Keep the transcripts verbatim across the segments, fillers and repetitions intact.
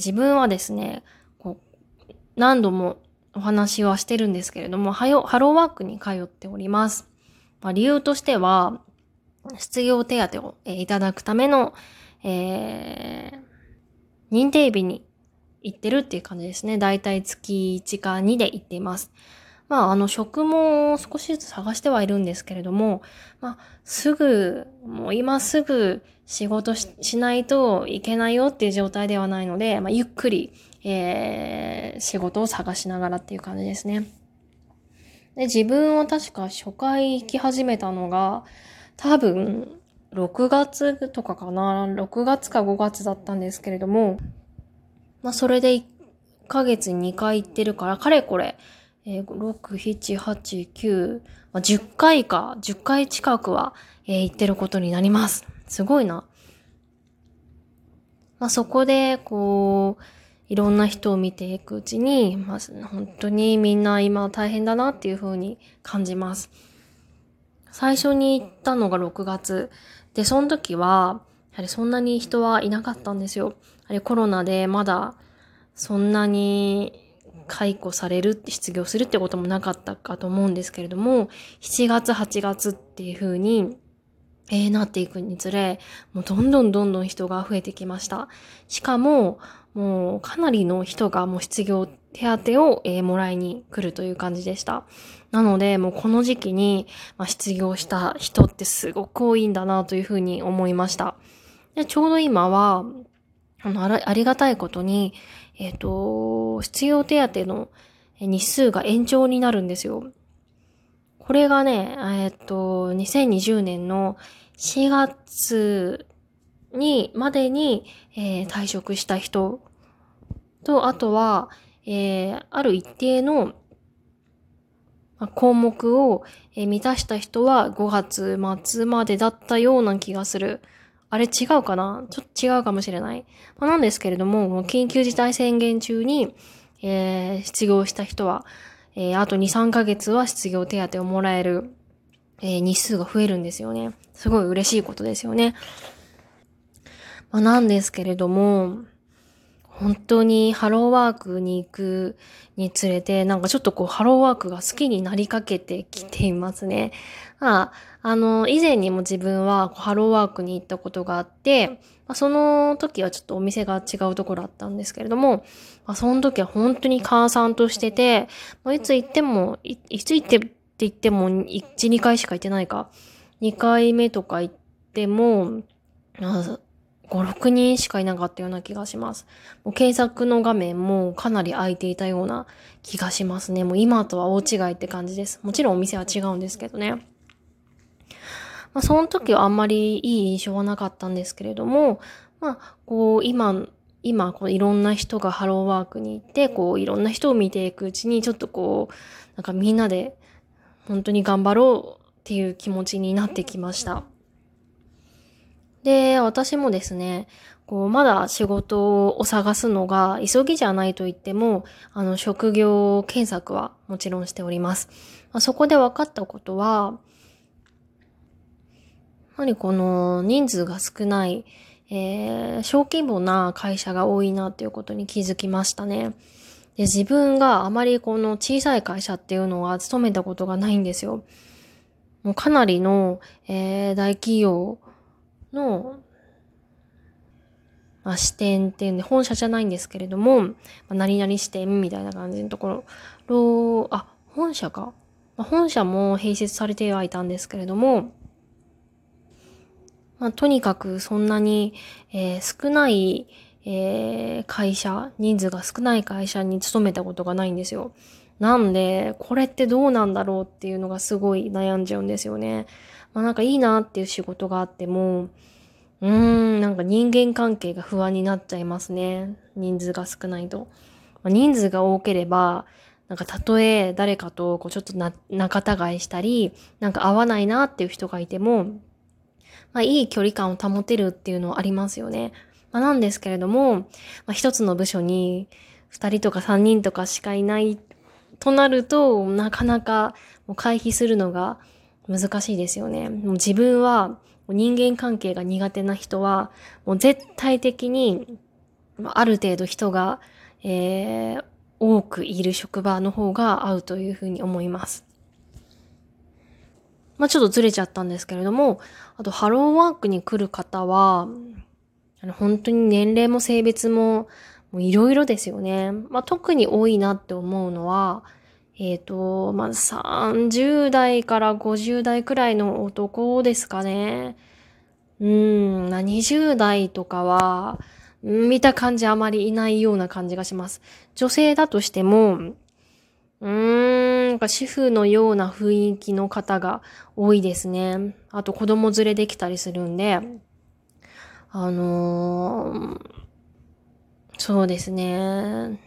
自分はですね、こう何度もお話はしてるんですけれども、ハローワークに通っております。まあ、理由としては、失業手当を、えー、いただくための、えー、認定日に行ってるっていう感じですね。だいたい月いちかにで行っています。まあ、あの、職も少しずつ探してはいるんですけれども、まあ、すぐ、もう今すぐ仕事 し, しないといけないよっていう状態ではないので、まあ、ゆっくり、えー、仕事を探しながらっていう感じですね。で、自分は確か初回行き始めたのが、多分、ろくがつとかかな。ろくがつかごがつだったんですけれども、まあ、それでいっかげつににかい行ってるから、かれこれ、えー、ろく、しち、はち、きゅう、まあ、じゅっかいか、じゅっかい近くは、えー、行ってることになります。すごいな。まあ、そこで、こう、いろんな人を見ていくうちに、まず、本当にみんな今大変だなっていう風に感じます。最初に行ったのがろくがつ。で、その時は、やはりそんなに人はいなかったんですよ。やはりコロナでまだ、そんなに解雇される、失業するってこともなかったかと思うんですけれども、しちがつ、はちがつっていう風に、えー、なっていくにつれ、もうどんどんどんどん人が増えてきました。しかも、もうかなりの人がもう失業手当を、えー、もらいに来るという感じでした。なので、もうこの時期に、まあ、失業した人ってすごく多いんだなというふうに思いました。でちょうど今は、あの、ありがたいことに、えっと、失業手当の日数が延長になるんですよ。これがね、えっと、にせんにじゅうねんのしがつに、までに、えー、退職した人と、あとは、えー、ある一定の項目を、えー、満たした人はごがつ末までだったような気がする。あれ違うかな？ちょっと違うかもしれない。まあ、なんですけれども、緊急事態宣言中に、えー、失業した人は、えー、あとに、さんかげつは失業手当をもらえる、えー、日数が増えるんですよね。すごい嬉しいことですよね。まあ、なんですけれども、本当にハローワークに行くにつれて、なんかちょっとこうハローワークが好きになりかけてきていますね。まあ、あの、以前にも自分はハローワークに行ったことがあって、まあ、その時はちょっとお店が違うところだったんですけれども、まあ、その時は本当に閑散としてて、まあ、いつ行っても、い、いつ行ってって言ってもいち、にかいしか行ってないか。にかいめとか行っても、ご、ろくにんしかいなかったような気がします。もう検索の画面もかなり空いていたような気がしますね。もう今とは大違いって感じです。もちろんお店は違うんですけどね。まあ、その時はあんまりいい印象はなかったんですけれども、まあ、こう、今、今、こう、いろんな人がハローワークに行って、こう、いろんな人を見ていくうちに、ちょっとこう、なんかみんなで、本当に頑張ろうっていう気持ちになってきました。で、私もですね、こう、まだ仕事を探すのが急ぎじゃないと言っても、あの、職業検索はもちろんしております。まあ、そこで分かったことは、やはりこの人数が少ない、えー、小規模な会社が多いなっていうことに気づきましたね。で、自分があまりこの小さい会社っていうのは勤めたことがないんですよ。もうかなりの、えー、大企業の、まあ、支店っていうんで、本社じゃないんですけれども、まあ、何々支店みたいな感じのところ、あ、本社か。まあ、本社も併設されてはいたんですけれども、まあ、とにかくそんなに、えー、少ない、えー、会社、人数が少ない会社に勤めたことがないんですよ。なんで、これってどうなんだろうっていうのがすごい悩んじゃうんですよね。まあ、なんかいいなっていう仕事があっても、うーん、なんか人間関係が不安になっちゃいますね。人数が少ないと。まあ、人数が多ければ、なんかたとえ誰かとこうちょっとな仲違いしたり、なんか合わないなっていう人がいても、まあいい距離感を保てるっていうのはありますよね。まあなんですけれども、まあ一つの部署に二人とか三人とかしかいないとなると、なかなかもう回避するのが難しいですよね。もう自分は人間関係が苦手な人は、もう絶対的にある程度人が、えー、多くいる職場の方が合うというふうに思います。まあちょっとずれちゃったんですけれども、あとハローワークに来る方は、あの本当に年齢も性別もいろいろですよね。まあ特に多いなって思うのは、えっと、まあさんじゅう代からごじゅう代くらいの男ですかね。うーん、にじゅう代とかは、見た感じあまりいないような感じがします。女性だとしても、うーん、なんか主婦のような雰囲気の方が多いですね。あと子供連れできたりするんで、あのー、そうですね。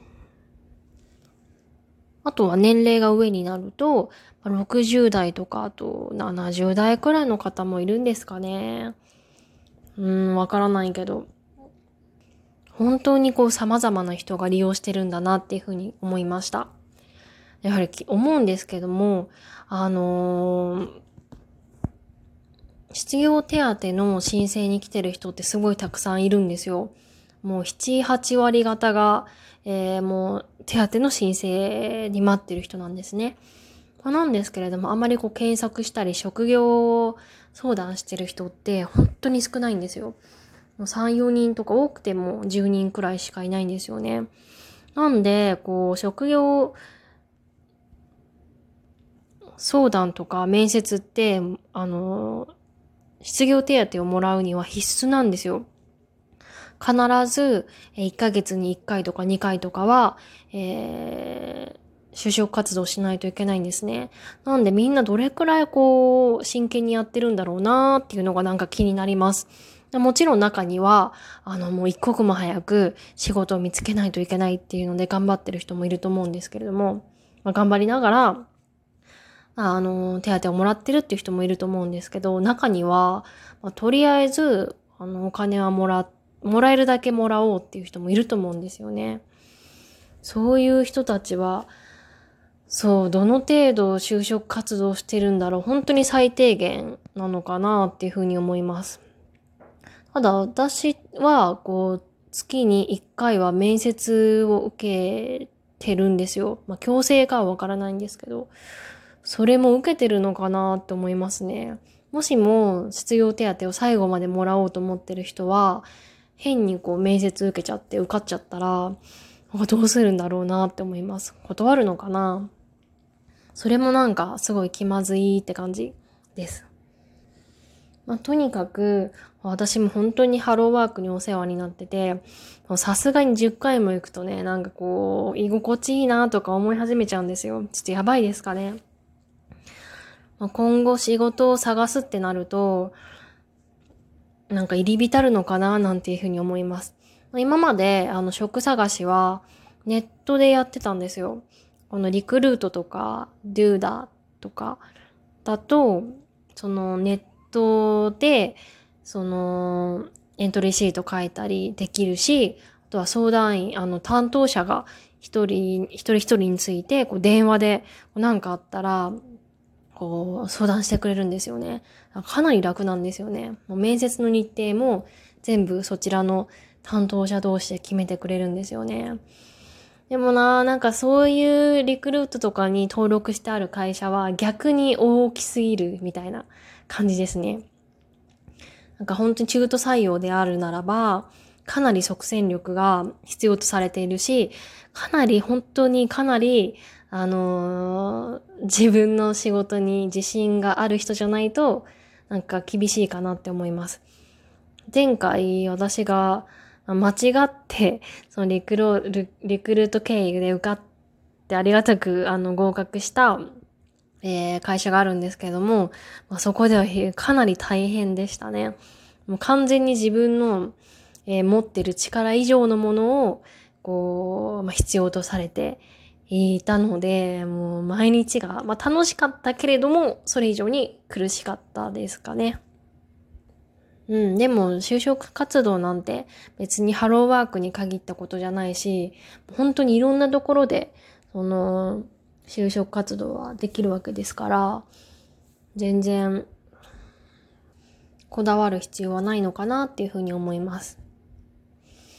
あとは年齢が上になると、ろくじゅう代とか、あとななじゅう代くらいの方もいるんですかね。うーん、わからないけど。本当にこう様々な人が利用してるんだなっていうふうに思いました。やはり思うんですけども、あのー、失業手当の申請に来てる人ってすごいたくさんいるんですよ。もうなな、はち割方が、えー、もう手当の申請に待ってる人なんですね。なんですけれども、あまりこう検索したり職業相談してる人って本当に少ないんですよ。さん、よにんとか多くてもじゅうにんくらいしかいないんですよね。なんで、こう、職業相談とか面接って、あの、失業手当をもらうには必須なんですよ。必ずいっかげつにいっかいとかにかいとかは、えー、就職活動しないといけないんですね。なんでみんなどれくらいこう、真剣にやってるんだろうなーっていうのがなんか気になります。もちろん中には、あの、もう一刻も早く仕事を見つけないといけないっていうので頑張ってる人もいると思うんですけれども、まあ、頑張りながら、あの、手当をもらってるっていう人もいると思うんですけど、中には、まあ、とりあえず、あの、お金はもら、もらえるだけもらおうっていう人もいると思うんですよね。そういう人たちは、そう、どの程度就職活動してるんだろう。本当に最低限なのかなっていうふうに思います。ただ、私は、こう、月にいっかいは面接を受けてるんですよ。まあ、強制かはわからないんですけど。それも受けてるのかなって思いますね。もしも失業手当を最後までもらおうと思ってる人は、変にこう面接受けちゃって受かっちゃったら、どうするんだろうなって思います。断るのかな。それもなんかすごい気まずいって感じです。まあ、とにかく、私も本当にハローワークにお世話になってて、さすがにじゅっかいも行くとね、なんかこう、居心地いいなとか思い始めちゃうんですよ。ちょっとやばいですかね。今後仕事を探すってなると、なんか入り浸るのかななんていうふうに思います。今まであの職探しはネットでやってたんですよ。このリクルートとか、ドゥーダとかだと、そのネットで、そのエントリーシート書いたりできるし、あとは相談員、あの担当者が一人、一人一人についてこう電話で何かあったら、こう、相談してくれるんですよね。かなり楽なんですよね。もう面接の日程も全部そちらの担当者同士で決めてくれるんですよね。でもな、なんかそういうリクルートとかに登録してある会社は逆に大きすぎるみたいな感じですね。なんか本当に中途採用であるならば、かなり即戦力が必要とされているし、かなり本当にかなり、あのー、自分の仕事に自信がある人じゃないと、なんか厳しいかなって思います。前回私が間違って、そのリクロリリクルート経由で受かってありがたくあの合格した、えー、会社があるんですけども、まあ、そこではかなり大変でしたね。もう完全に自分の、えー、持ってる力以上のものを、こう、まあ、必要とされていたので、もう毎日が、まあ、楽しかったけれども、それ以上に苦しかったですかね。うん、でも就職活動なんて別にハローワークに限ったことじゃないし、本当にいろんなところで、その、就職活動はできるわけですから、全然こだわる必要はないのかなっていうふうに思います。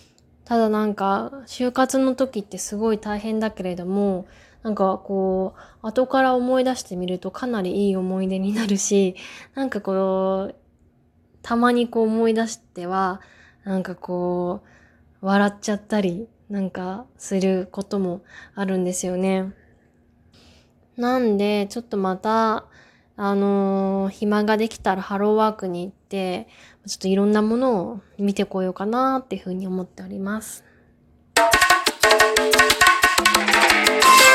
ただなんか、就活の時ってすごい大変だけれども、なんかこう、後から思い出してみるとかなりいい思い出になるし、なんかこう、たまにこう思い出しては、なんかこう、笑っちゃったり、なんかすることもあるんですよね。なんで、ちょっとまた、あのー暇ができたらハローワークに行って、ちょっといろんなものを見てこようかなっていうふうに思っております。